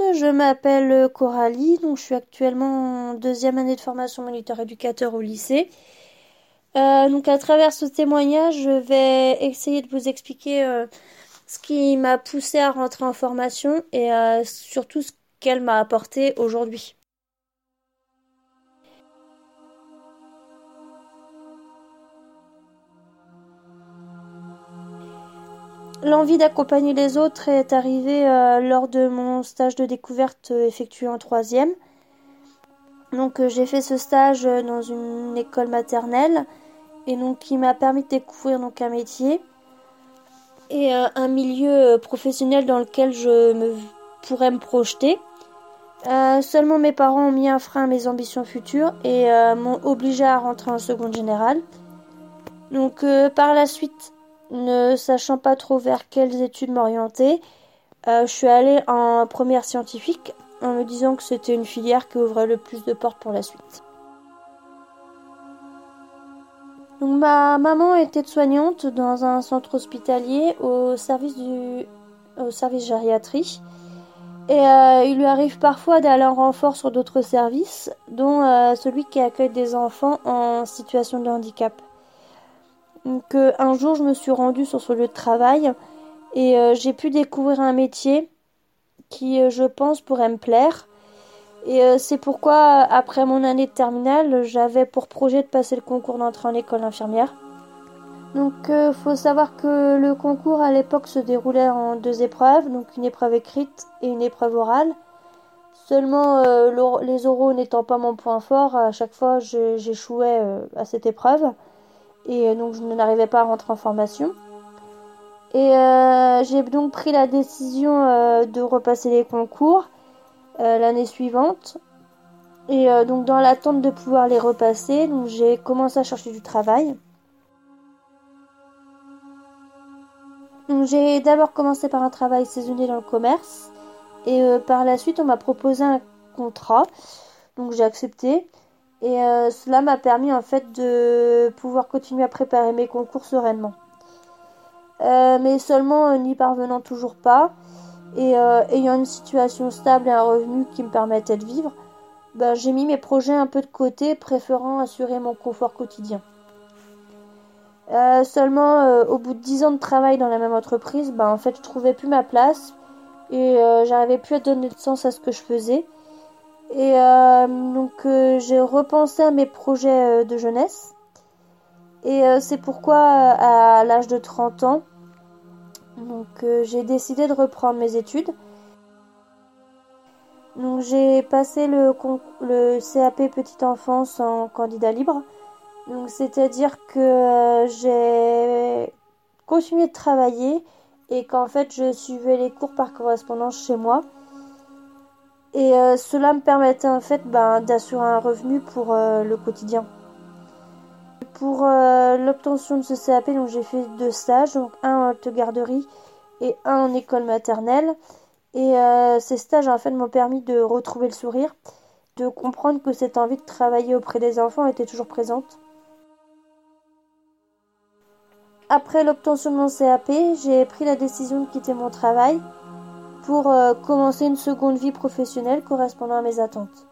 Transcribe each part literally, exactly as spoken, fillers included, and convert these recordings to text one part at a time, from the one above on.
je m'appelle Coralie, donc je suis actuellement en deuxième année de formation moniteur éducateur au lycée. Euh, donc à travers ce témoignage, je vais essayer de vous expliquer euh, ce qui m'a poussée à rentrer en formation et euh, surtout ce qu'elle m'a apporté aujourd'hui. L'envie d'accompagner les autres est arrivée euh, lors de mon stage de découverte euh, effectué en troisième. Donc euh, j'ai fait ce stage euh, dans une école maternelle et donc qui m'a permis de découvrir donc un métier et euh, un milieu euh, professionnel dans lequel je me pourrais me projeter. Euh, seulement mes parents ont mis un frein à mes ambitions futures et euh, m'ont obligée à rentrer en seconde générale. Donc euh, par la suite, ne sachant pas trop vers quelles études m'orienter, euh, je suis allée en première scientifique en me disant que c'était une filière qui ouvrait le plus de portes pour la suite. Donc ma maman était soignante dans un centre hospitalier au service du au service gériatrie et euh, il lui arrive parfois d'aller en renfort sur d'autres services, dont euh, celui qui accueille des enfants en situation de handicap. Donc euh, un jour, je me suis rendue sur ce lieu de travail et euh, j'ai pu découvrir un métier qui, euh, je pense, pourrait me plaire. Et euh, c'est pourquoi, après mon année de terminale, j'avais pour projet de passer le concours d'entrée en école d'infirmière. Donc, euh, faut savoir que le concours à l'époque se déroulait en deux épreuves, donc une épreuve écrite et une épreuve orale. Seulement, euh, les oraux n'étant pas mon point fort, à chaque fois j'échouais euh, à cette épreuve et euh, donc je n'arrivais pas à rentrer en formation. Et euh, j'ai donc pris la décision euh, de repasser les concours euh, l'année suivante. Et euh, donc dans l'attente de pouvoir les repasser, donc j'ai commencé à chercher du travail. Donc j'ai d'abord commencé par un travail saisonnier dans le commerce et euh, par la suite on m'a proposé un contrat, donc j'ai accepté et euh, cela m'a permis en fait de pouvoir continuer à préparer mes concours sereinement. Euh, mais seulement euh, n'y parvenant toujours pas et euh, ayant une situation stable et un revenu qui me permettait de vivre, ben, j'ai mis mes projets un peu de côté, préférant assurer mon confort quotidien. Euh, seulement, euh, au bout de dix ans de travail dans la même entreprise, ben, en fait, je trouvais plus ma place et euh, j'arrivais plus à donner de sens à ce que je faisais. Et euh, donc, euh, j'ai repensé à mes projets euh, de jeunesse. Et euh, c'est pourquoi, à l'âge de trente ans, donc, euh, j'ai décidé de reprendre mes études. Donc j'ai passé le, le C A P Petite Enfance en candidat libre. Donc c'est-à-dire que euh, j'ai continué de travailler et qu'en fait je suivais les cours par correspondance chez moi. Et euh, cela me permettait en fait ben, d'assurer un revenu pour euh, le quotidien. Pour euh, l'obtention de ce C A P, donc j'ai fait deux stages, donc un en haute garderie et un en école maternelle. Et euh, ces stages en fait m'ont permis de retrouver le sourire, de comprendre que cette envie de travailler auprès des enfants était toujours présente. Après l'obtention de mon C A P, j'ai pris la décision de quitter mon travail pour euh, commencer une seconde vie professionnelle correspondant à mes attentes.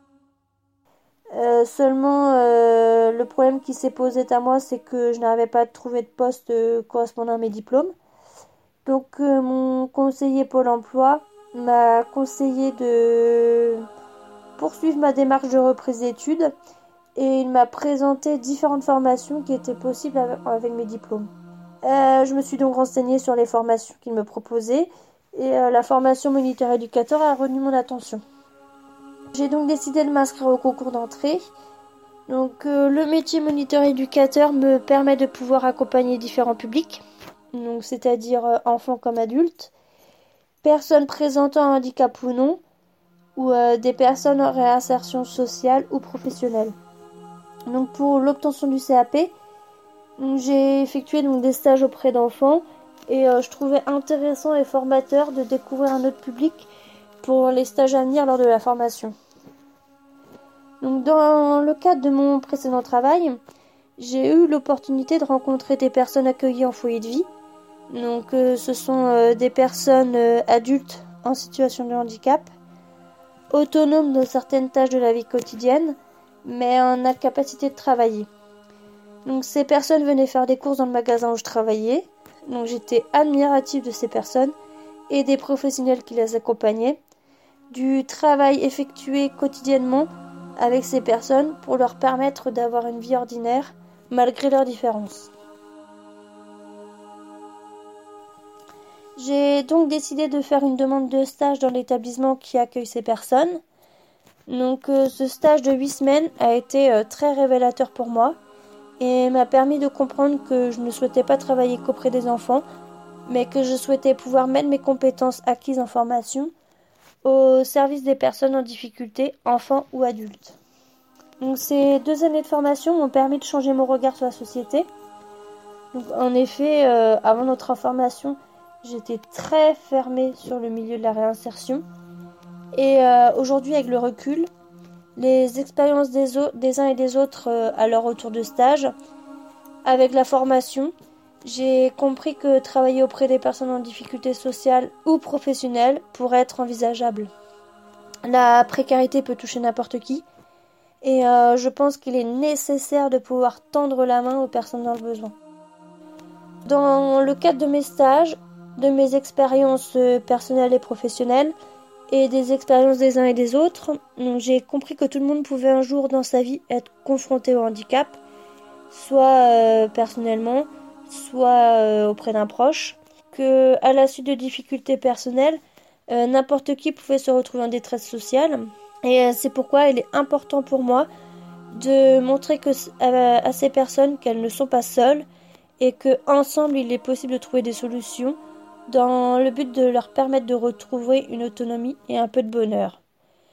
Euh, seulement, euh, le problème qui s'est posé à moi, c'est que je n'arrivais pas à trouver de poste euh, correspondant à mes diplômes. Donc, euh, mon conseiller Pôle emploi m'a conseillé de poursuivre ma démarche de reprise d'études et il m'a présenté différentes formations qui étaient possibles avec mes diplômes. Euh, je me suis donc renseignée sur les formations qu'il me proposait et euh, la formation moniteur éducateur a retenu mon attention. J'ai donc décidé de m'inscrire au concours d'entrée. Donc euh, le métier moniteur éducateur me permet de pouvoir accompagner différents publics, donc c'est-à-dire euh, enfants comme adultes, personnes présentant un handicap ou non, ou euh, des personnes en réinsertion sociale ou professionnelle. Donc pour l'obtention du C A P, j'ai effectué donc des stages auprès d'enfants et euh, je trouvais intéressant et formateur de découvrir un autre public pour les stages à venir lors de la formation. Donc dans le cadre de mon précédent travail, j'ai eu l'opportunité de rencontrer des personnes accueillies en foyer de vie. Donc euh, ce sont euh, des personnes euh, adultes en situation de handicap autonome dans certaines tâches de la vie quotidienne, mais en incapacité de travailler. Donc ces personnes venaient faire des courses dans le magasin où je travaillais. Donc j'étais admirative de ces personnes et des professionnels qui les accompagnaient, du travail effectué quotidiennement avec ces personnes pour leur permettre d'avoir une vie ordinaire malgré leurs différences. J'ai donc décidé de faire une demande de stage dans l'établissement qui accueille ces personnes. Donc euh, ce stage de huit semaines a été euh, très révélateur pour moi et m'a permis de comprendre que je ne souhaitais pas travailler qu'auprès des enfants, mais que je souhaitais pouvoir mettre mes compétences acquises en formation au service des personnes en difficulté, enfants ou adultes. Donc ces deux années de formation m'ont permis de changer mon regard sur la société. Donc en effet, euh, avant notre formation, j'étais très fermée sur le milieu de la réinsertion. Et euh, aujourd'hui, avec le recul, les expériences des, o- des uns et des autres euh, à leur retour de stage, avec la formation, j'ai compris que travailler auprès des personnes en difficulté sociale ou professionnelle pourrait être envisageable. La précarité peut toucher n'importe qui, et euh, je pense qu'il est nécessaire de pouvoir tendre la main aux personnes dans le besoin. Dans le cadre de mes stages, de mes expériences personnelles et professionnelles, et des expériences des uns et des autres, donc j'ai compris que tout le monde pouvait un jour dans sa vie être confronté au handicap, soit euh, personnellement, soit euh, auprès d'un proche, que à la suite de difficultés personnelles, euh, n'importe qui pouvait se retrouver en détresse sociale. Et euh, c'est pourquoi il est important pour moi de montrer que, à, à ces personnes qu'elles ne sont pas seules et qu'ensemble il est possible de trouver des solutions dans le but de leur permettre de retrouver une autonomie et un peu de bonheur.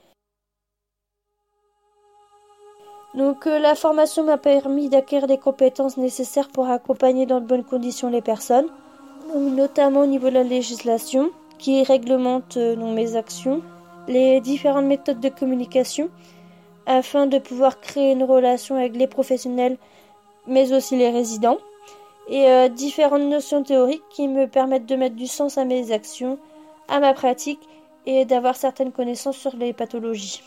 Donc euh, la formation m'a permis d'acquérir des compétences nécessaires pour accompagner dans de bonnes conditions les personnes, notamment au niveau de la législation qui réglemente euh, donc, mes actions, les différentes méthodes de communication afin de pouvoir créer une relation avec les professionnels mais aussi les résidents, et euh, différentes notions théoriques qui me permettent de mettre du sens à mes actions, à ma pratique et d'avoir certaines connaissances sur les pathologies.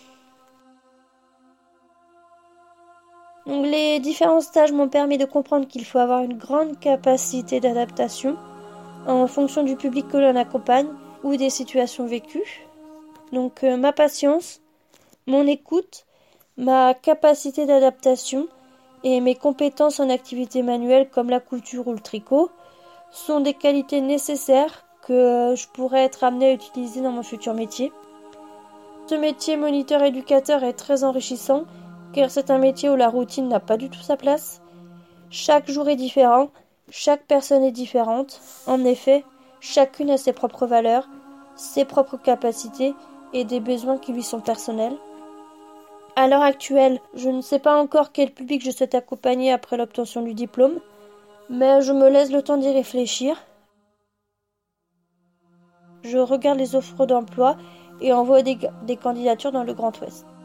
Donc, les différents stages m'ont permis de comprendre qu'il faut avoir une grande capacité d'adaptation en fonction du public que l'on accompagne ou des situations vécues. Donc euh, ma patience, mon écoute, ma capacité d'adaptation et mes compétences en activités manuelles comme la couture ou le tricot sont des qualités nécessaires que je pourrais être amenée à utiliser dans mon futur métier. Ce métier moniteur-éducateur est très enrichissant car c'est un métier où la routine n'a pas du tout sa place. Chaque jour est différent, chaque personne est différente. En effet, chacune a ses propres valeurs, ses propres capacités et des besoins qui lui sont personnels. À l'heure actuelle, je ne sais pas encore quel public je souhaite accompagner après l'obtention du diplôme, mais je me laisse le temps d'y réfléchir. Je regarde les offres d'emploi et envoie des, des candidatures dans le Grand Ouest.